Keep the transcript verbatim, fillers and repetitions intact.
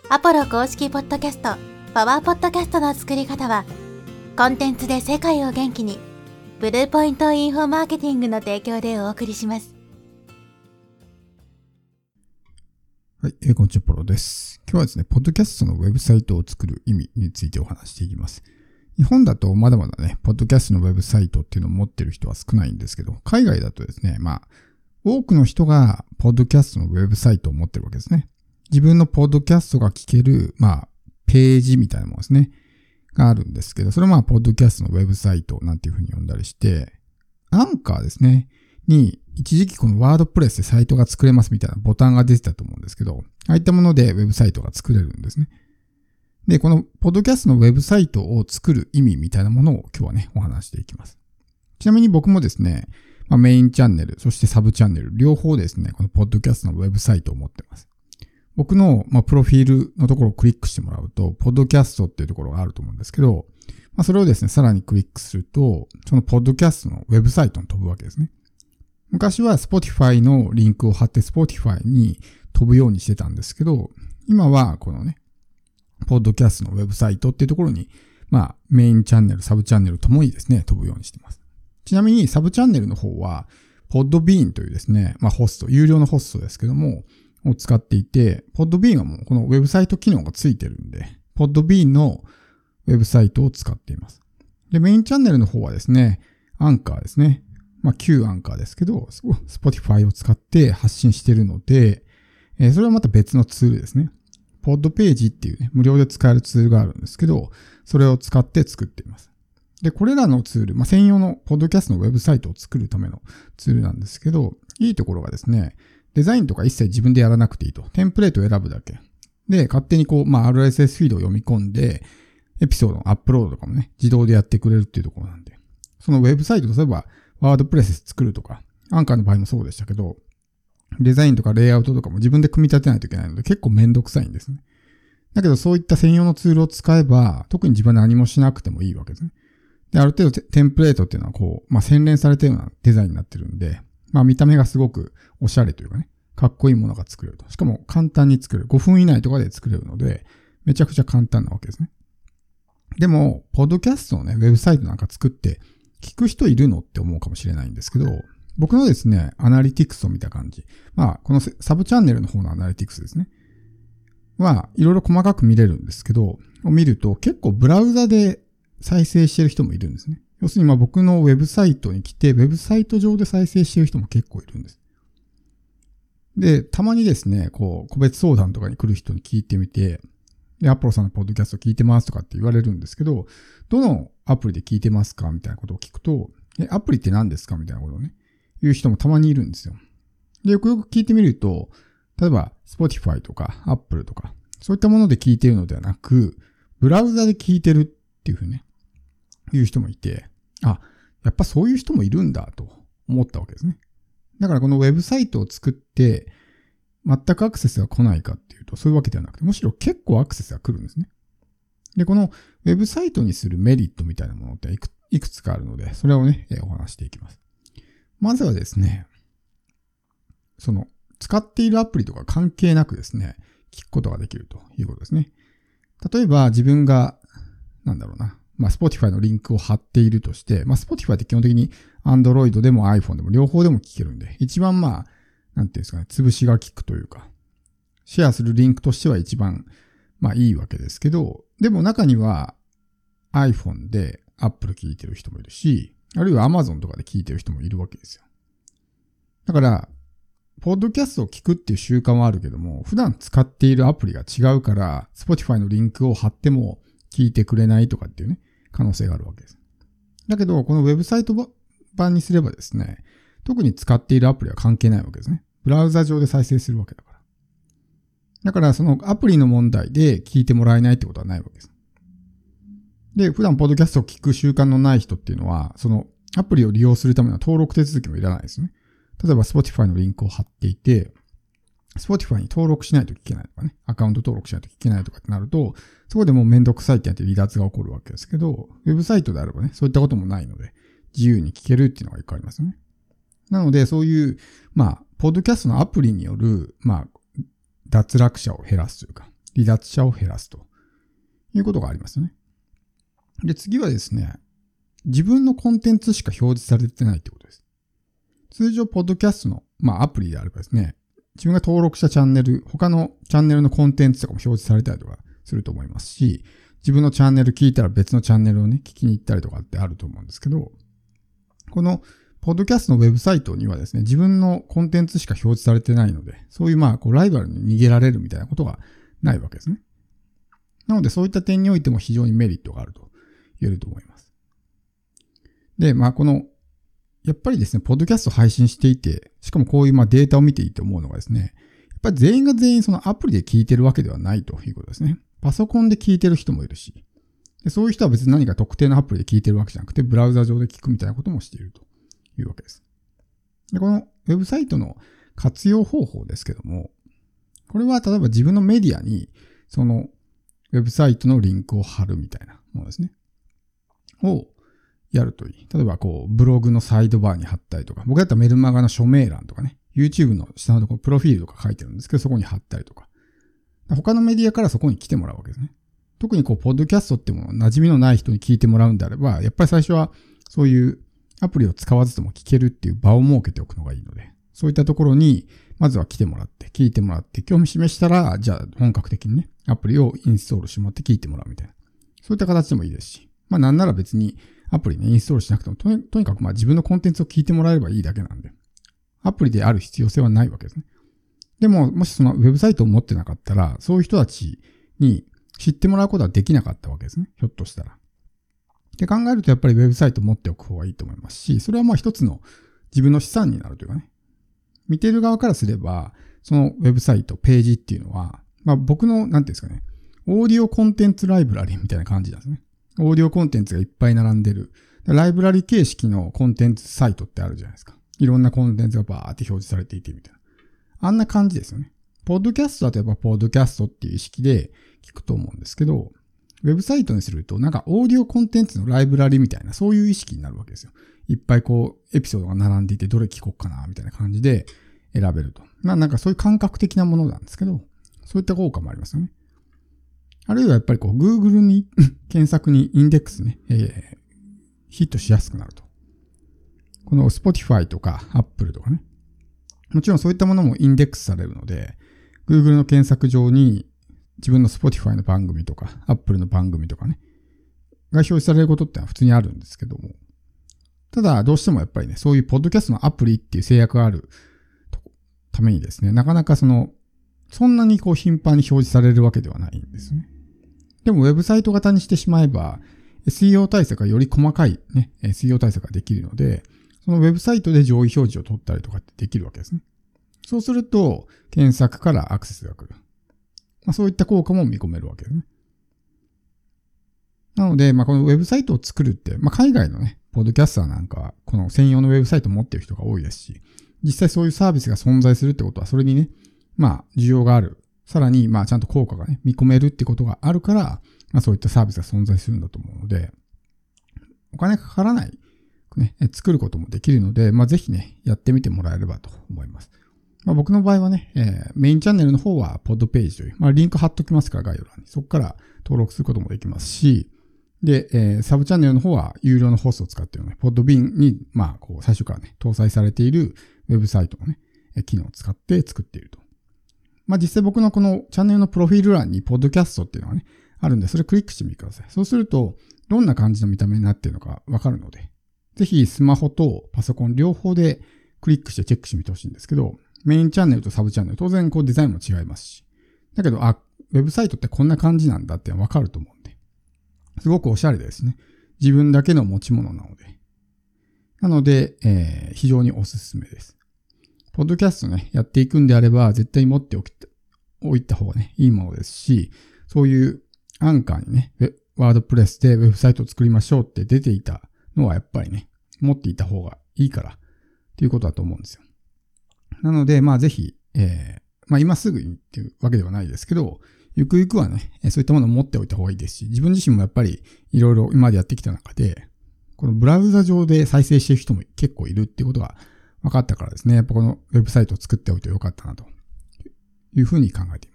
アポロ公式ポッドキャスト、パワーポッドキャストの作り方は、コンテンツで世界を元気に、ブルーポイントインフォマーケティングの提供でお送りします。 はい、えー、こんにちは、ポロです。今日はですね、ポッドキャストのウェブサイトを作る意味についてお話していきます。日本だとまだまだね、ポッドキャストのウェブサイトっていうのを持ってる人は少ないんですけど、海外だとですね、まあ、多くの人がポッドキャストのウェブサイトを持ってるわけですね。自分のポッドキャストが聞ける、まあ、ページみたいなものですね。があるんですけど、それはまあ、ポッドキャストのウェブサイトなんていうふうに呼んだりして、アンカーですね。に、一時期このワードプレスでサイトが作れますみたいなボタンが出てたと思うんですけど、ああいったものでウェブサイトが作れるんですね。で、このポッドキャストのウェブサイトを作る意味みたいなものを今日はね、お話していきます。ちなみに僕もですね、まあ、メインチャンネル、そしてサブチャンネル、両方ですね、このポッドキャストのウェブサイトを持ってます。僕の、まあ、プロフィールのところをクリックしてもらうと、ポッドキャストっていうところがあると思うんですけど、まあ、それをですね、さらにクリックすると、そのポッドキャストのウェブサイトに飛ぶわけですね。昔は Spotify のリンクを貼って Spotify に飛ぶようにしてたんですけど、今はこのね、ポッドキャストのウェブサイトっていうところに、まあ、メインチャンネル、サブチャンネルともにですね、飛ぶようにしています。ちなみにサブチャンネルの方は、Podbean というですね、まあホスト、有料のホストですけども、を使っていて、Podbean はもうこのウェブサイト機能がついてるんで、Podbean のウェブサイトを使っています。で、メインチャンネルの方はですね、アンカーですね。まあ、旧アンカーですけど、Spotify を使って発信しているので、えー、それはまた別のツールですね。Podpage っていうね、無料で使えるツールがあるんですけど、それを使って作っています。で、これらのツール、まあ、専用のポッドキャストのウェブサイトを作るためのツールなんですけど、いいところがですね、デザインとか一切自分でやらなくていいと。テンプレートを選ぶだけ。で、勝手にこう、まあ、アールエスエス フィードを読み込んで、エピソードのアップロードとかもね、自動でやってくれるっていうところなんで。そのウェブサイト、例えば、ワードプレス作るとか、アンカーの場合もそうでしたけど、デザインとかレイアウトとかも自分で組み立てないといけないので、結構めんどくさいんですね。だけど、そういった専用のツールを使えば、特に自分は何もしなくてもいいわけですね。で、ある程度テンプレートっていうのはこう、まあ、洗練されたようなデザインになってるんで、まあ、見た目がすごくおしゃれというかね、かっこいいものが作れると。しかも簡単に作れる。ごふん以内とかで作れるので、めちゃくちゃ簡単なわけですね。でも、ポッドキャストのね、ウェブサイトなんか作って、聞く人いるのって思うかもしれないんですけど、僕のですね、アナリティクスを見た感じ。まあ、このサブチャンネルの方のアナリティクスですね。は、いろいろ細かく見れるんですけど、を見ると結構ブラウザで再生してる人もいるんですね。要するにまあ僕のウェブサイトに来て、ウェブサイト上で再生してる人も結構いるんです。で、たまにですね、こう、個別相談とかに来る人に聞いてみて、で、アポロさんのポッドキャスト聞いてますとかって言われるんですけど、どのアプリで聞いてますかみたいなことを聞くと、え、アプリって何ですかみたいなことをね、言う人もたまにいるんですよ。で、よくよく聞いてみると、例えば、Spotify とか Apple とか、そういったもので聞いているのではなく、ブラウザで聞いてるっていうふうにね、言う人もいて、あ、やっぱそういう人もいるんだと思ったわけですね。だからこのウェブサイトを作って、全くアクセスが来ないかっていうと、そういうわけではなくて、むしろ結構アクセスが来るんですね。で、このウェブサイトにするメリットみたいなものっていく、いくつかあるので、それをね、お話していきます。まずはですね、その、使っているアプリとか関係なくですね、聞くことができるということですね。例えば自分が、なんだろうな、まあ、Spotify のリンクを貼っているとして、まあ、Spotify って基本的に Android でも iPhone でも両方でも聞けるんで、一番まあ、なんていうんですかね、潰しが効くというか、シェアするリンクとしては一番、まあいいわけですけど、でも中には iPhone で Apple 聞いてる人もいるし、あるいは Amazon とかで聞いてる人もいるわけですよ。だから、ポッドキャストを聞くっていう習慣はあるけども、普段使っているアプリが違うから、Spotify のリンクを貼っても聞いてくれないとかっていうね、可能性があるわけです。だけど、このウェブサイト版にすればですね、特に使っているアプリは関係ないわけですね。ブラウザ上で再生するわけだから。だからそのアプリの問題で聞いてもらえないってことはないわけです。で、普段ポッドキャストを聞く習慣のない人っていうのは、そのアプリを利用するための登録手続きもいらないですね。例えば Spotify のリンクを貼っていて、Spotify に登録しないと聞けないとかね、アカウント登録しないと聞けないとかってなると、そこでもうめんどくさいってなって離脱が起こるわけですけど、ウェブサイトであればね、そういったこともないので、自由に聞けるっていうのが一個ありますよね。なので、そういう、まあ、ポッドキャストのアプリによる、まあ、脱落者を減らすというか、 離脱者を減らすということがありますよね。で、次はですね、自分のコンテンツしか表示されてないってことです。通常、ポッドキャストの、まあ、アプリであればですね、自分が登録したチャンネル、他のチャンネルのコンテンツとかも表示されたりとかすると思いますし、自分のチャンネル聞いたら別のチャンネルをね、聞きに行ったりとかってあると思うんですけど、この、ポッドキャストのウェブサイトにはですね、自分のコンテンツしか表示されてないので、そういうまあ、こう、ライバルに逃げられるみたいなことがないわけですね。なので、そういった点においても非常にメリットがあると言えると思います。で、まあ、この、やっぱりですね、ポッドキャスト配信していて、しかもこういうまあデータを見ていて思うのがですね、やっぱり全員が全員そのアプリで聞いてるわけではないということですね。パソコンで聞いてる人もいるし、でそういう人は別に何か特定のアプリで聞いてるわけじゃなくて、ブラウザ上で聞くみたいなこともしているというわけです。で、このウェブサイトの活用方法ですけども、これは例えば自分のメディアにそのウェブサイトのリンクを貼るみたいなものですね。をやるといい。例えばこう、ブログのサイドバーに貼ったりとか、僕だったらメルマガの署名欄とかね、YouTube の下のところ、プロフィールとか書いてるんですけど、そこに貼ったりとか。他のメディアからそこに来てもらうわけですね。特にこう、ポッドキャストってもの馴染みのない人に聞いてもらうんであれば、やっぱり最初はそういうアプリを使わずとも聞けるっていう場を設けておくのがいいので、そういったところに、まずは来てもらって、聞いてもらって、興味示したら、じゃあ本格的にね、アプリをインストールしてもらって聞いてもらうみたいな。そういった形でもいいですし、まあなんなら別にアプリね、インストールしなくても、とに、とにかくまあ自分のコンテンツを聞いてもらえればいいだけなんで、アプリである必要性はないわけですね。でも、もしそのウェブサイトを持ってなかったら、そういう人たちに知ってもらうことはできなかったわけですね。ひょっとしたら。って考えるとやっぱりウェブサイトを持っておく方がいいと思いますし、それはまあ一つの自分の資産になるというかね。見てる側からすれば、そのウェブサイト、ページっていうのは、まあ僕の、なんていうんですかね、オーディオコンテンツライブラリみたいな感じなんですね。オーディオコンテンツがいっぱい並んでる。ライブラリ形式のコンテンツサイトってあるじゃないですか。いろんなコンテンツがバーって表示されていてみたいな。あんな感じですよね。ポッドキャストだとやっぱポッドキャストっていう意識で聞くと思うんですけど、ウェブサイトにするとなんかオーディオコンテンツのライブラリみたいなそういう意識になるわけですよ。いっぱいこうエピソードが並んでいてどれ聞こうかなみたいな感じで選べると。まあなんかそういう感覚的なものなんですけど、そういった効果もありますよね。あるいはやっぱりこう Google に検索にインデックスね、えー、ヒットしやすくなると。この Spotify とか Apple とかね。もちろんそういったものもインデックスされるので、Google の検索上に自分の Spotify の番組とか Apple の番組とかね、が表示されることってのは普通にあるんですけども。ただどうしてもやっぱりね、そういうポッドキャストのアプリっていう制約があるためにですね、なかなかその、そんなにこう頻繁に表示されるわけではないんですね。でもウェブサイト型にしてしまえば エスイーオー 対策がより細かいね、エスイーオー 対策ができるので、そのウェブサイトで上位表示を取ったりとかってできるわけですね。そうすると検索からアクセスが来る。まあ、そういった効果も見込めるわけですね。なので、まあ、このウェブサイトを作るって、まあ、海外のね、ポッドキャスターなんかはこの専用のウェブサイトを持っている人が多いですし、実際そういうサービスが存在するってことはそれにね、まあ、需要がある。さらに、まあ、ちゃんと効果がね、見込めるってことがあるから、まあ、そういったサービスが存在するんだと思うので、お金かからない、ね、作ることもできるので、まあ、ぜひね、やってみてもらえればと思います。まあ、僕の場合はね、えー、メインチャンネルの方は、ポッドページという、まあ、リンク貼っときますから、概要欄に。そこから登録することもできますし、で、えー、サブチャンネルの方は、有料のホストを使っているので、ポッドビンに、まあ、こう、最初からね、搭載されているウェブサイトのね、機能を使って作っていると。まあ、実際僕のこのチャンネルのプロフィール欄にポッドキャストっていうのがね、あるんで、それクリックしてみてください。そうすると、どんな感じの見た目になっているのかわかるので、ぜひスマホとパソコン両方でクリックしてチェックしてみてほしいんですけど、メインチャンネルとサブチャンネル、当然こうデザインも違いますし、だけど、あ、ウェブサイトってこんな感じなんだってわかると思うんで、すごくおしゃれですね。自分だけの持ち物なので。なので、えー、非常におすすめです。ポッドキャストね、やっていくんであれば、絶対持っておき、おいた方がね、いいものですし、そういうアンカーにね、ワードプレスでウェブサイトを作りましょうって出ていたのはやっぱりね、持っていた方がいいから、ということだと思うんですよ。なので、まあぜひ、えー、まあ今すぐにっていうわけではないですけど、ゆくゆくはね、そういったものを持っておいた方がいいですし、自分自身もやっぱりいろいろ今までやってきた中で、このブラウザ上で再生している人も結構いるっていうことが分かったからですね、やっぱこのウェブサイトを作っておいてよかったなというふうに考えています。